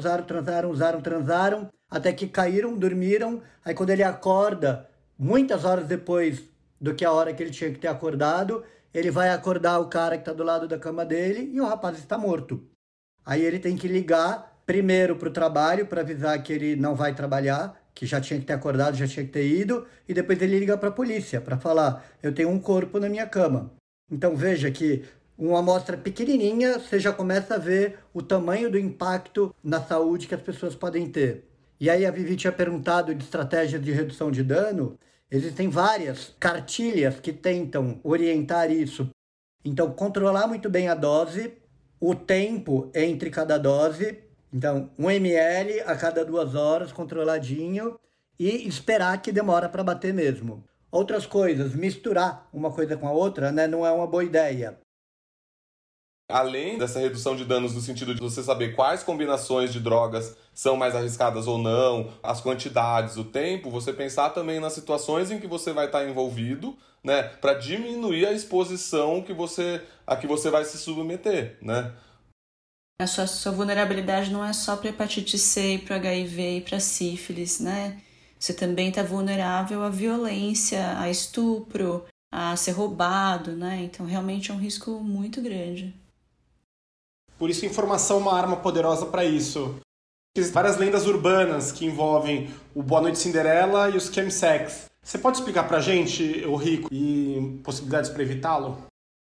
até que caíram, dormiram, aí quando ele acorda, muitas horas depois do que a hora que ele tinha que ter acordado, ele vai acordar o cara que está do lado da cama dele e o rapaz está morto. Aí ele tem que ligar primeiro para o trabalho para avisar que ele não vai trabalhar, que já tinha que ter acordado, já tinha que ter ido, e depois ele liga para a polícia para falar, eu tenho um corpo na minha cama. Então veja que uma amostra pequenininha, você já começa a ver o tamanho do impacto na saúde que as pessoas podem ter. E aí a Vivi tinha perguntado de estratégias de redução de dano. Existem várias cartilhas que tentam orientar isso. Então, controlar muito bem a dose, o tempo entre cada dose. Então, 1 ml a cada 2 horas, controladinho, e esperar que demora para bater mesmo. Outras coisas, misturar uma coisa com a outra, né, não é uma boa ideia. Além dessa redução de danos no sentido de você saber quais combinações de drogas são mais arriscadas ou não, as quantidades, o tempo, você pensar também nas situações em que você vai estar envolvido, né, para diminuir a exposição a que você vai se submeter, né? A sua vulnerabilidade não é só para hepatite C, e para HIV e para sífilis, né? Você também está vulnerável à violência, a estupro, a ser roubado, né? Então realmente é um risco muito grande. Por isso, informação é uma arma poderosa para isso. Existem várias lendas urbanas que envolvem o Boa Noite Cinderela e os chemsex. Você pode explicar pra gente, o Rico, e possibilidades para evitá-lo?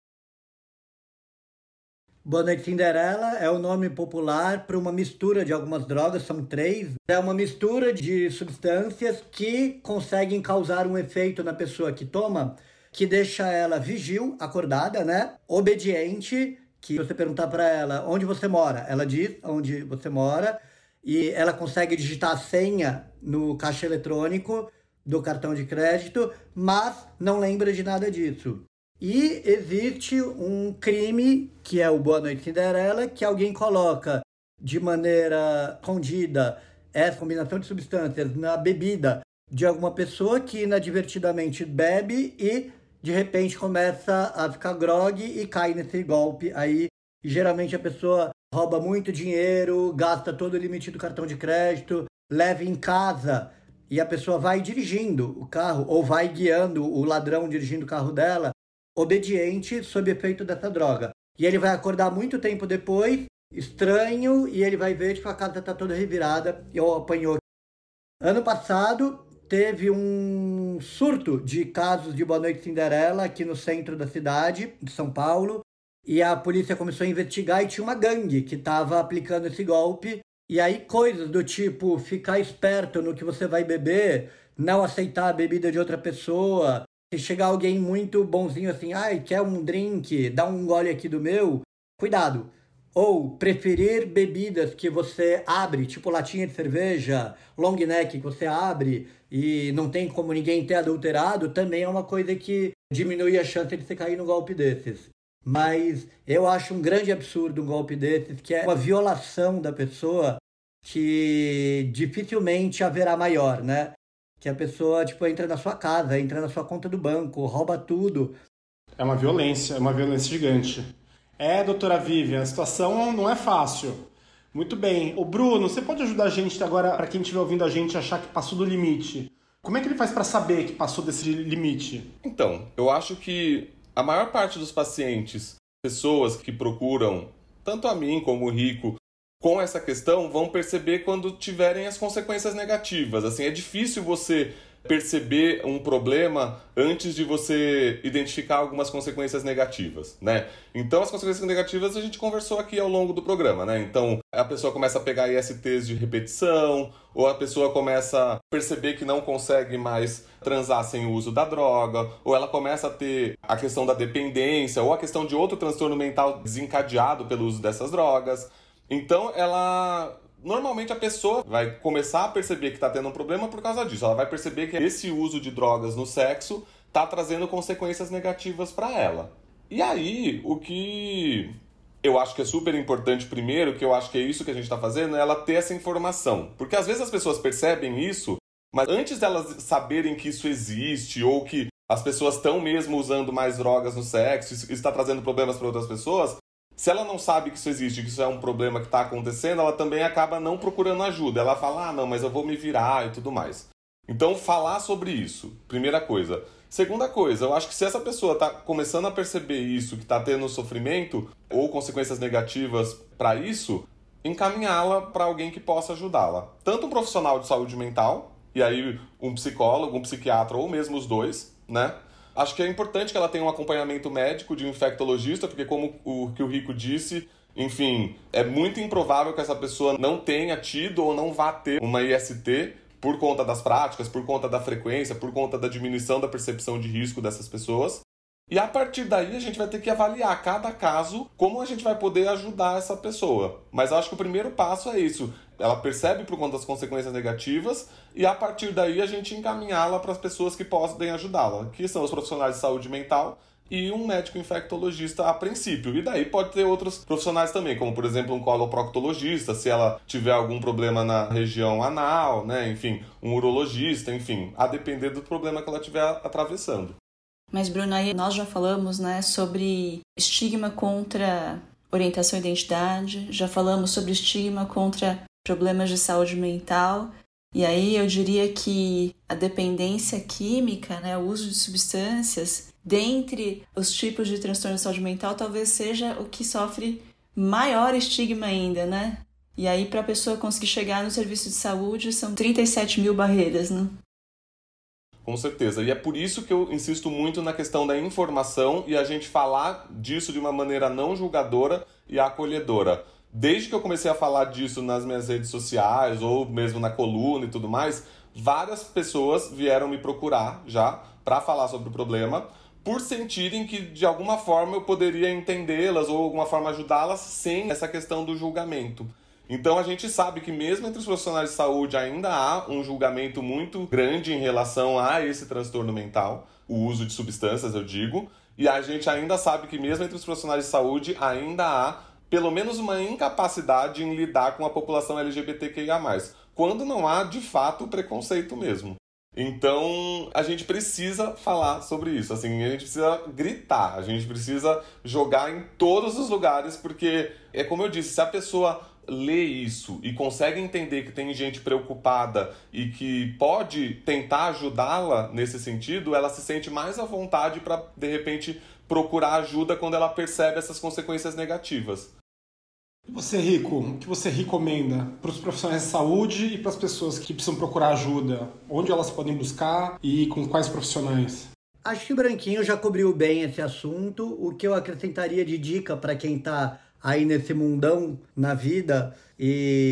Boa Noite Cinderela é o nome popular para uma mistura de algumas drogas, são 3. É uma mistura de substâncias que conseguem causar um efeito na pessoa que toma, que deixa ela vigil, acordada, né? Obediente, que você perguntar para ela onde você mora, ela diz onde você mora e ela consegue digitar a senha no caixa eletrônico do cartão de crédito, mas não lembra de nada disso. E existe um crime, que é o Boa Noite Cinderela, que alguém coloca de maneira escondida essa combinação de substâncias na bebida de alguma pessoa que inadvertidamente bebe e de repente começa a ficar grogue e cai nesse golpe aí. E geralmente a pessoa rouba muito dinheiro, gasta todo o limite do cartão de crédito, leva em casa e a pessoa vai dirigindo o carro ou vai guiando o ladrão dirigindo o carro dela, obediente sob efeito dessa droga. E ele vai acordar muito tempo depois, estranho, e ele vai ver que a casa está toda revirada e apanhou. Ano passado teve um surto de casos de Boa Noite Cinderela aqui no centro da cidade, de São Paulo, e a polícia começou a investigar e tinha uma gangue que estava aplicando esse golpe E aí coisas do tipo ficar esperto no que você vai beber, não aceitar a bebida de outra pessoa. Se chegar alguém muito bonzinho assim, quer um drink, dá um gole aqui do meu, cuidado. Ou preferir bebidas que você abre, tipo latinha de cerveja, long neck que você abre e não tem como ninguém ter adulterado, também é uma coisa que diminui a chance de você cair num golpe desses. Mas eu acho um grande absurdo um golpe desses, que é uma violação da pessoa que dificilmente haverá maior, né? Que a pessoa, entra na sua casa, entra na sua conta do banco, rouba tudo. É uma violência gigante. Doutora Vivian, a situação não é fácil. Muito bem. Ô Bruno, você pode ajudar a gente agora, para quem estiver ouvindo a gente, achar que passou do limite? Como é que ele faz para saber que passou desse limite? Então, eu acho que a maior parte dos pacientes, pessoas que procuram, tanto a mim como o Rico, com essa questão, vão perceber quando tiverem as consequências negativas. Assim, é difícil você perceber um problema antes de você identificar algumas consequências negativas, né? Então, as consequências negativas a gente conversou aqui ao longo do programa, né? Então, a pessoa começa a pegar ISTs de repetição, ou a pessoa começa a perceber que não consegue mais transar sem o uso da droga, ou ela começa a ter a questão da dependência, ou a questão de outro transtorno mental desencadeado pelo uso dessas drogas. Então, normalmente a pessoa vai começar a perceber que está tendo um problema por causa disso. Ela vai perceber que esse uso de drogas no sexo está trazendo consequências negativas para ela. E aí, o que eu acho que é super importante primeiro, que eu acho que é isso que a gente está fazendo, é ela ter essa informação. Porque às vezes as pessoas percebem isso, mas antes delas saberem que isso existe, ou que as pessoas estão mesmo usando mais drogas no sexo, isso está trazendo problemas para outras pessoas, se ela não sabe que isso existe, que isso é um problema que está acontecendo, ela também acaba não procurando ajuda. Ela fala, não, mas eu vou me virar e tudo mais. Então, falar sobre isso, primeira coisa. Segunda coisa, eu acho que se essa pessoa está começando a perceber isso, que está tendo sofrimento ou consequências negativas para isso, encaminhá-la para alguém que possa ajudá-la. Tanto um profissional de saúde mental, e aí um psicólogo, um psiquiatra ou mesmo os dois, né? Acho que é importante que ela tenha um acompanhamento médico de um infectologista, porque como o Rico disse, enfim, é muito improvável que essa pessoa não tenha tido ou não vá ter uma IST por conta das práticas, por conta da frequência, por conta da diminuição da percepção de risco dessas pessoas. E a partir daí a gente vai ter que avaliar cada caso como a gente vai poder ajudar essa pessoa. Mas acho que o primeiro passo é isso. Ela percebe por conta das consequências negativas e a partir daí a gente encaminhá-la para as pessoas que podem ajudá-la, que são os profissionais de saúde mental e um médico infectologista a princípio. E daí pode ter outros profissionais também, como por exemplo um coloproctologista, se ela tiver algum problema na região anal, né? Enfim, um urologista, enfim, a depender do problema que ela estiver atravessando. Mas, Bruno, aí nós já falamos, né, sobre estigma contra orientação e identidade, já falamos sobre estigma contra problemas de saúde mental, e aí eu diria que a dependência química, né, o uso de substâncias, dentre os tipos de transtorno de saúde mental, talvez seja o que sofre maior estigma ainda, né? E aí, para a pessoa conseguir chegar no serviço de saúde, são 37 mil barreiras, né? Com certeza. E é por isso que eu insisto muito na questão da informação e a gente falar disso de uma maneira não julgadora e acolhedora. Desde que eu comecei a falar disso nas minhas redes sociais ou mesmo na coluna e tudo mais, várias pessoas vieram me procurar já para falar sobre o problema, por sentirem que de alguma forma eu poderia entendê-las ou de alguma forma ajudá-las sem essa questão do julgamento. Então a gente sabe que mesmo entre os profissionais de saúde ainda há um julgamento muito grande em relação a esse transtorno mental, o uso de substâncias, eu digo, e a gente ainda sabe que mesmo entre os profissionais de saúde ainda há pelo menos uma incapacidade em lidar com a população LGBTQIA+, quando não há de fato preconceito mesmo. Então, a gente precisa falar sobre isso, assim, a gente precisa gritar, a gente precisa jogar em todos os lugares, porque, é como eu disse, se a pessoa lê isso e consegue entender que tem gente preocupada e que pode tentar ajudá-la nesse sentido, ela se sente mais à vontade para, de repente, procurar ajuda quando ela percebe essas consequências negativas. E você, Rico, o que você recomenda para os profissionais de saúde e para as pessoas que precisam procurar ajuda? Onde elas podem buscar e com quais profissionais? Acho que o Branquinho já cobriu bem esse assunto. O que eu acrescentaria de dica para quem está aí nesse mundão na vida e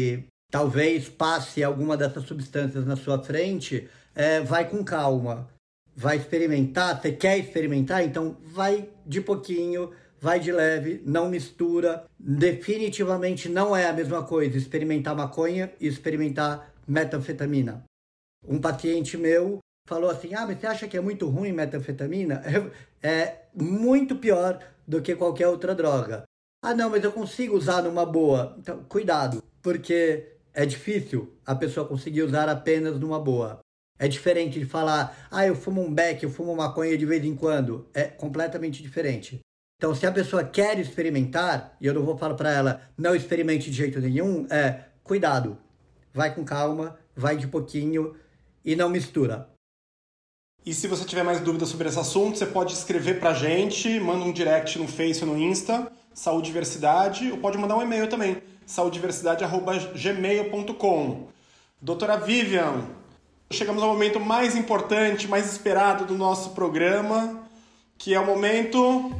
talvez passe alguma dessas substâncias na sua frente, vai com calma. Vai experimentar, você quer experimentar? Então vai de pouquinho, vai de leve, não mistura. Definitivamente não é a mesma coisa experimentar maconha e experimentar metanfetamina. Um paciente meu falou assim, mas você acha que é muito ruim metanfetamina? É muito pior do que qualquer outra droga. Não, mas eu consigo usar numa boa. Então, cuidado, porque é difícil a pessoa conseguir usar apenas numa boa. É diferente de falar, eu fumo um beck, eu fumo maconha de vez em quando. É completamente diferente. Então, se a pessoa quer experimentar, e eu não vou falar para ela, não experimente de jeito nenhum, cuidado. Vai com calma, vai de pouquinho e não mistura. E se você tiver mais dúvidas sobre esse assunto, você pode escrever pra gente, manda um direct no Face ou no Insta, Saudiversidade, ou pode mandar um e-mail também, saudiversidade@gmail.com. Doutora Vivian, chegamos ao momento mais importante, mais esperado do nosso programa, que é o momento...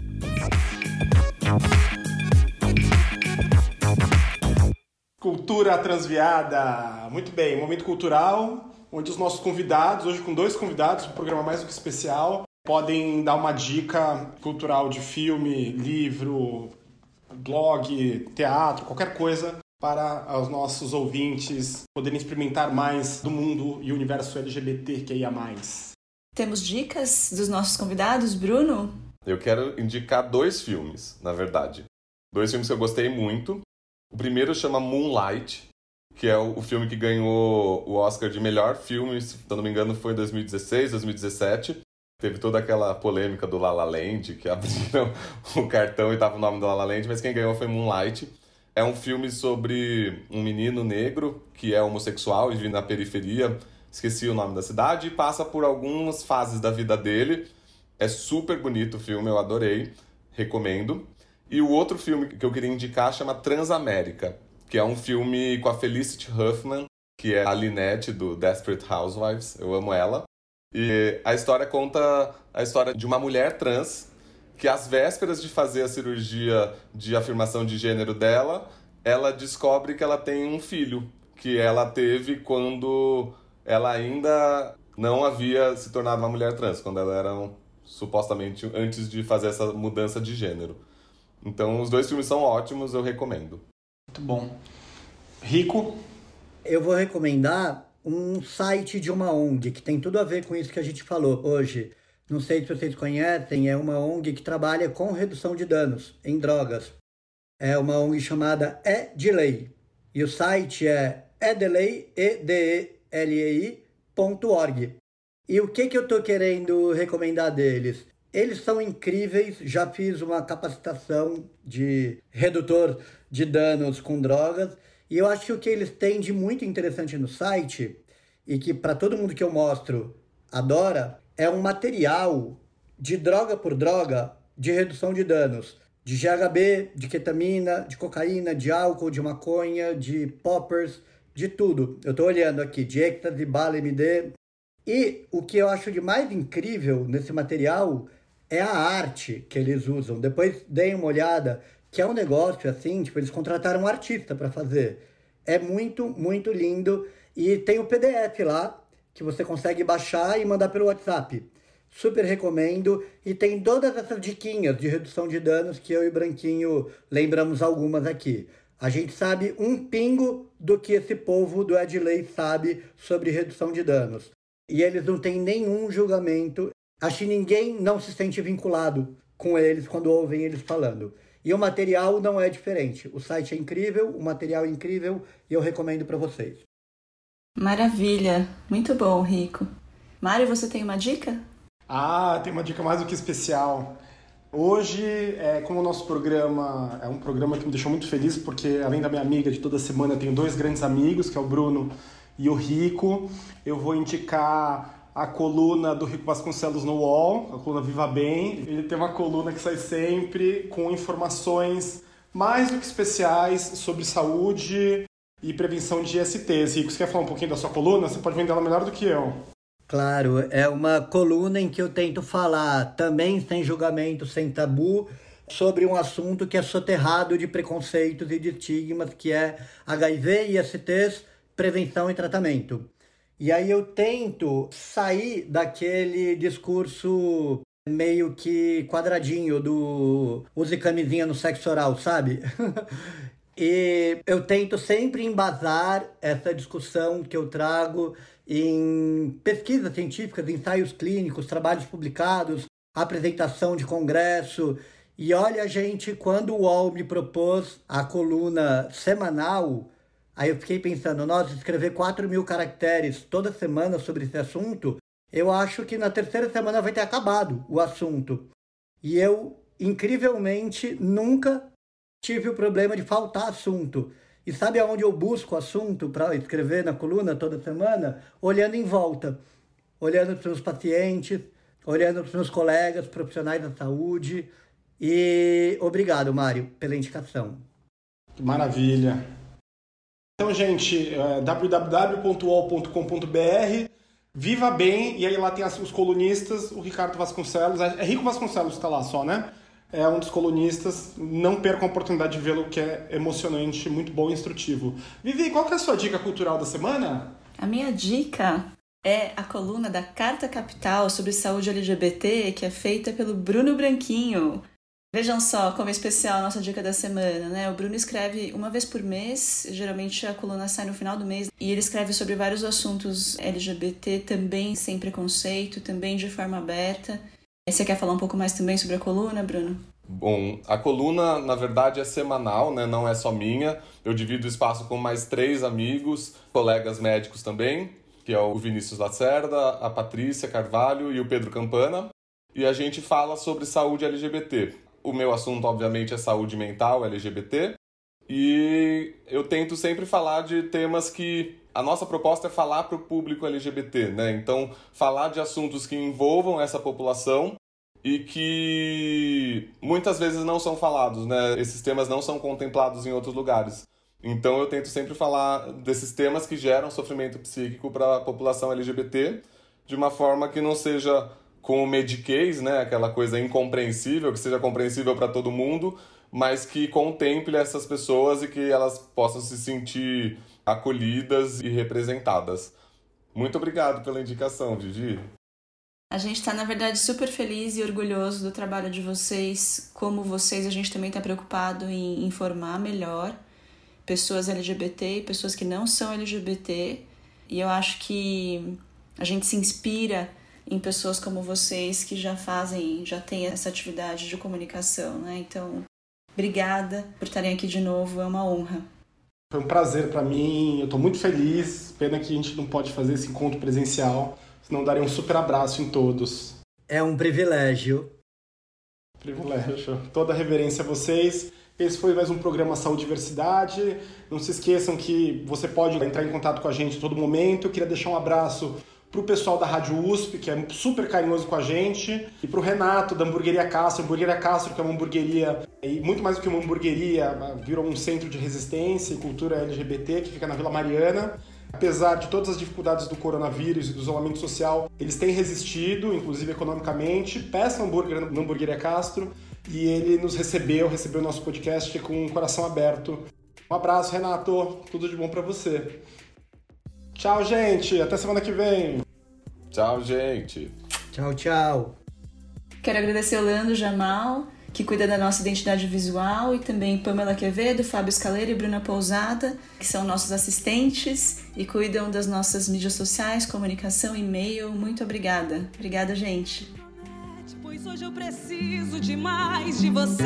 Cultura Transviada. Muito bem, momento cultural, onde os nossos convidados, hoje com 2 convidados, um programa mais do que especial, podem dar uma dica cultural de filme, livro, blog, teatro, qualquer coisa, para os nossos ouvintes poderem experimentar mais do mundo e universo LGBTQIA+. Temos dicas dos nossos convidados, Bruno? Eu quero indicar 2 filmes, na verdade. 2 filmes que eu gostei muito. O primeiro chama Moonlight, que é o filme que ganhou o Oscar de melhor filme, se eu não me engano foi em 2016, 2017. Teve toda aquela polêmica do La La Land, que abriram o cartão e tava o nome do La La Land, mas quem ganhou foi Moonlight. É um filme sobre um menino negro que é homossexual e vive na periferia, esqueci o nome da cidade, e passa por algumas fases da vida dele. É super bonito o filme, eu adorei, recomendo. E o outro filme que eu queria indicar chama Transamérica, que é um filme com a Felicity Huffman, que é a Lynette do Desperate Housewives, eu amo ela. E a história conta a história de uma mulher trans que, às vésperas de fazer a cirurgia de afirmação de gênero dela, ela descobre que ela tem um filho, que ela teve quando ela ainda não havia se tornado uma mulher trans, quando ela era supostamente antes de fazer essa mudança de gênero. Então, os 2 filmes são ótimos, eu recomendo. Muito bom. Rico? Eu vou recomendar um site de uma ONG, que tem tudo a ver com isso que a gente falou hoje. Não sei se vocês conhecem, é uma ONG que trabalha com redução de danos em drogas. É uma ONG chamada EDELEI. E o site é edelei.org. E o que eu estou querendo recomendar deles? Eles são incríveis, já fiz uma capacitação de redutor de danos com drogas, e eu acho que o que eles têm de muito interessante no site, e que para todo mundo que eu mostro adora, é um material de droga por droga de redução de danos. De GHB, de ketamina, de cocaína, de álcool, de maconha, de poppers, de tudo. Eu estou olhando aqui, de êxtase, bala, MD. E o que eu acho de mais incrível nesse material é a arte que eles usam. Depois deem uma olhada, que é um negócio assim, tipo, eles contrataram um artista para fazer. É muito, muito lindo. E tem o PDF lá, que você consegue baixar e mandar pelo WhatsApp. Super recomendo. E tem todas essas diquinhas de redução de danos que eu e Branquinho lembramos algumas aqui. A gente sabe um pingo do que esse povo do EDELEI sabe sobre redução de danos. E eles não têm nenhum julgamento. Acho que ninguém não se sente vinculado com eles quando ouvem eles falando. E o material não é diferente. O site é incrível, o material é incrível e eu recomendo para vocês. Maravilha. Muito bom, Rico. Mário, você tem uma dica? Tem uma dica mais do que especial. Hoje, como o nosso programa é um programa que me deixou muito feliz, porque além da minha amiga de toda semana, eu tenho 2 grandes amigos, que é o Bruno e o Rico. Eu vou indicar a coluna do Rico Vasconcelos no UOL, a coluna Viva Bem. Ele tem uma coluna que sai sempre com informações mais do que especiais sobre saúde e prevenção de ISTs. Rico, você quer falar um pouquinho da sua coluna? Você pode vender ela melhor do que eu. Claro, é uma coluna em que eu tento falar também sem julgamento, sem tabu, sobre um assunto que é soterrado de preconceitos e de estigmas, que é HIV e ISTs, prevenção e tratamento. E aí eu tento sair daquele discurso meio que quadradinho do use camisinha no sexo oral, sabe? E eu tento sempre embasar essa discussão que eu trago em pesquisas científicas, ensaios clínicos, trabalhos publicados, apresentação de congresso. E olha, gente, quando o UOL me propôs a coluna semanal, aí eu fiquei pensando, nossa, escrever 4.000 caracteres toda semana sobre esse assunto, eu acho que na terceira semana vai ter acabado o assunto. E eu, incrivelmente, nunca tive o problema de faltar assunto. E sabe aonde eu busco assunto para escrever na coluna toda semana? Olhando em volta, olhando para os meus pacientes, olhando para os meus colegas profissionais da saúde. E obrigado, Mário, pela indicação. Que maravilha. Então, gente, www.uol.com.br, viva bem, e aí lá tem os colunistas, o Ricardo Vasconcelos, é Rico Vasconcelos que está lá só, né? É um dos colunistas, não percam a oportunidade de vê-lo, que é emocionante, muito bom e instrutivo. Vivi, qual que é a sua dica cultural da semana? A minha dica é a coluna da Carta Capital sobre saúde LGBT, que é feita pelo Bruno Branquinho. Vejam só como é especial a nossa dica da semana, né? O Bruno escreve uma vez por mês, geralmente a coluna sai no final do mês, e ele escreve sobre vários assuntos LGBT, também sem preconceito, também de forma aberta. Você quer falar um pouco mais também sobre a coluna, Bruno? Bom, a coluna, na verdade, é semanal, né? Não é só minha. Eu divido o espaço com mais 3 amigos, colegas médicos também, que é o Vinícius Lacerda, a Patrícia Carvalho e o Pedro Campana. E a gente fala sobre saúde LGBT. O meu assunto, obviamente, é saúde mental LGBT. E eu tento sempre falar de temas que... A nossa proposta é falar para o público LGBT, né? Então, falar de assuntos que envolvam essa população e que muitas vezes não são falados, né? Esses temas não são contemplados em outros lugares. Então, eu tento sempre falar desses temas que geram sofrimento psíquico para a população LGBT de uma forma que não seja com o mediquês, né? Aquela coisa incompreensível, que seja compreensível para todo mundo, mas que contemple essas pessoas e que elas possam se sentir acolhidas e representadas. Muito obrigado pela indicação, Vivi. A gente está, na verdade, super feliz e orgulhoso do trabalho de vocês. Como vocês, a gente também está preocupado em informar melhor pessoas LGBT e pessoas que não são LGBT. E eu acho que a gente se inspira em pessoas como vocês que já têm essa atividade de comunicação, né? Então, obrigada por estarem aqui de novo, é uma honra. Foi um prazer para mim, eu estou muito feliz. Pena que a gente não pode fazer esse encontro presencial, senão daria um super abraço em todos. É um privilégio. Privilégio. Toda a reverência a vocês. Esse foi mais um programa Saúde e Diversidade. Não se esqueçam que você pode entrar em contato com a gente a todo momento. Eu queria deixar um abraço para o pessoal da Rádio USP, que é super carinhoso com a gente, e para o Renato, da Hamburgueria Castro. Hamburgueria Castro, que é uma hamburgueria, e muito mais do que uma hamburgueria, virou um centro de resistência e cultura LGBT, que fica na Vila Mariana. Apesar de todas as dificuldades do coronavírus e do isolamento social, eles têm resistido, inclusive economicamente. Peçam hambúrguer na Hamburgueria Castro, e ele nos recebeu o nosso podcast com o coração aberto. Um abraço, Renato. Tudo de bom para você. Tchau, gente. Até semana que vem. Tchau, gente. Tchau, tchau. Quero agradecer ao Leandro Jamal, que cuida da nossa identidade visual, e também Pamela Quevedo, Fábio Scaleiro e Bruna Pousada, que são nossos assistentes e cuidam das nossas mídias sociais, comunicação, e-mail. Muito obrigada. Obrigada, gente. Pois hoje eu preciso demais de você,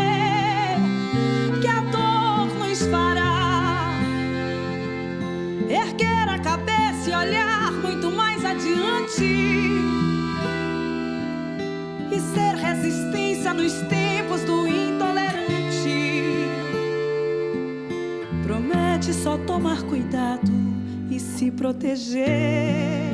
que a dor nos fará erguer a cabeça e olhar muito mais adiante e ser resistência nos tempos do intolerante. Promete só tomar cuidado e se proteger.